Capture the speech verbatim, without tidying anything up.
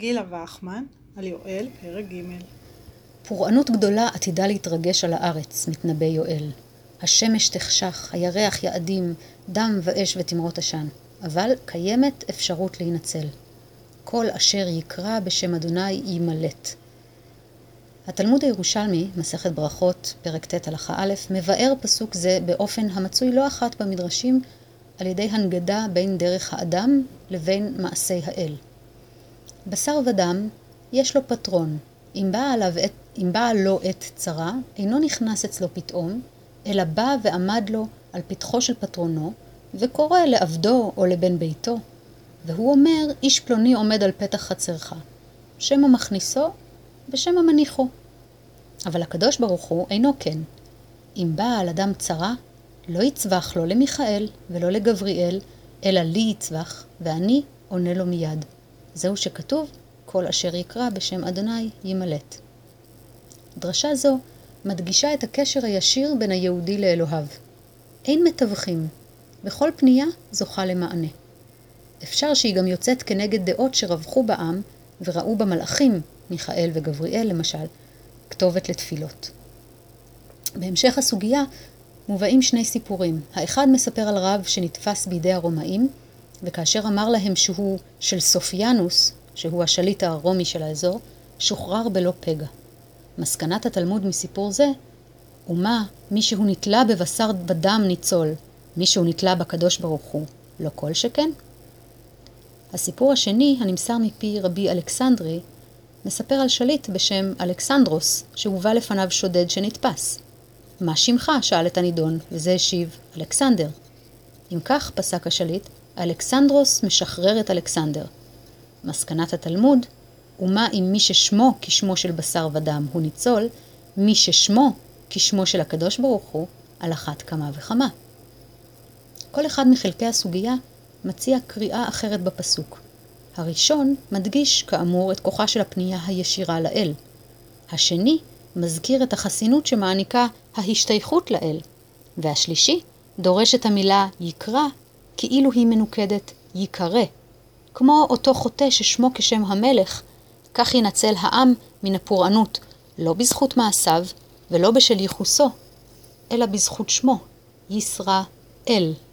גילה וחמן על יואל, פרק ג'. פורענות גדולה עתידה להתרגש על הארץ, מתנבא יואל. השמש תחשך, הירח יעדים, דם ואש ותמרות עשן. אבל קיימת אפשרות להינצל. כל אשר יקרא בשם אדוני יימלט. התלמוד הירושלמי, מסכת ברכות, פרק ט' הלכה א', מבאר פסוק זה באופן המצוי לא אחת במדרשים על ידי הנגדה בין דרך האדם לבין מעשי האל. בשר ודם יש לו פטרון. אם באה, עליו, אם באה לו עת צרה, אינו נכנס אצלו פתאום, אלא בא ועמד לו על פתחו של פטרונו, וקורא לעבדו או לבן ביתו. והוא אומר, איש פלוני עומד על פתח חצרך, שמה מכניסו ושמה מניחו. אבל הקדוש ברוך הוא אינו כן. אם באה על אדם צרה, לא יצווח לו למיכאל ולא לגבריאל, אלא לי יצווח, ואני עונה לו מיד. זהו שכתוב, כל אשר יקרא בשם אדוני יימלט. דרשה זו מדגישה את הקשר הישיר בין היהודי לאלוהיו. אין מתווכים, וכל פנייה זוכה למענה. אפשר שהיא גם יוצאת כנגד דעות שרווחו בעם, וראו במלאכים, מיכאל וגבריאל למשל, כתובת לתפילות. בהמשך הסוגיה מובאים שני סיפורים. האחד מספר על רב שנתפס בידי הרומאים, וכאשר אמר להם שהוא של סופיאנוס, שהוא השליט הרומי של האזור, שוחרר בלא פגע. מסקנת התלמוד מסיפור זה, ומה מישהו נתלה בבשר ודם ניצול, מישהו נתלה בקדוש ברוך הוא, לא כל שכן? הסיפור השני, הנמסר מפי רבי אלכסנדרי, מספר על שליט בשם אלכסנדרוס, שהובא לפניו שודד שנתפס. מה שמך? שאל את הנידון, וזה השיב, אלכסנדר. אם כך פסק השליט, אלכסנדרוס משחרר את אלכסנדר. מסקנת התלמוד, ומה אם מי ששמו כשמו של בשר ודם הוא ניצול, מי ששמו כשמו של הקדוש ברוך הוא, על אחת כמה וכמה. כל אחד מחלקי הסוגיה מציע קריאה אחרת בפסוק. הראשון מדגיש כאמור את כוחה של הפנייה הישירה לאל. השני מזכיר את החסינות שמעניקה ההשתייכות לאל. והשלישי דורש את המילה יקרא כאילו היא מנוקדת יקרא. כמו אותו חוטא ששמו כשם המלך, כך ינצל העם מן הפורענות, לא בזכות מעשיו ולא בשל ייחוסו, אלא בזכות שמו, ישראל.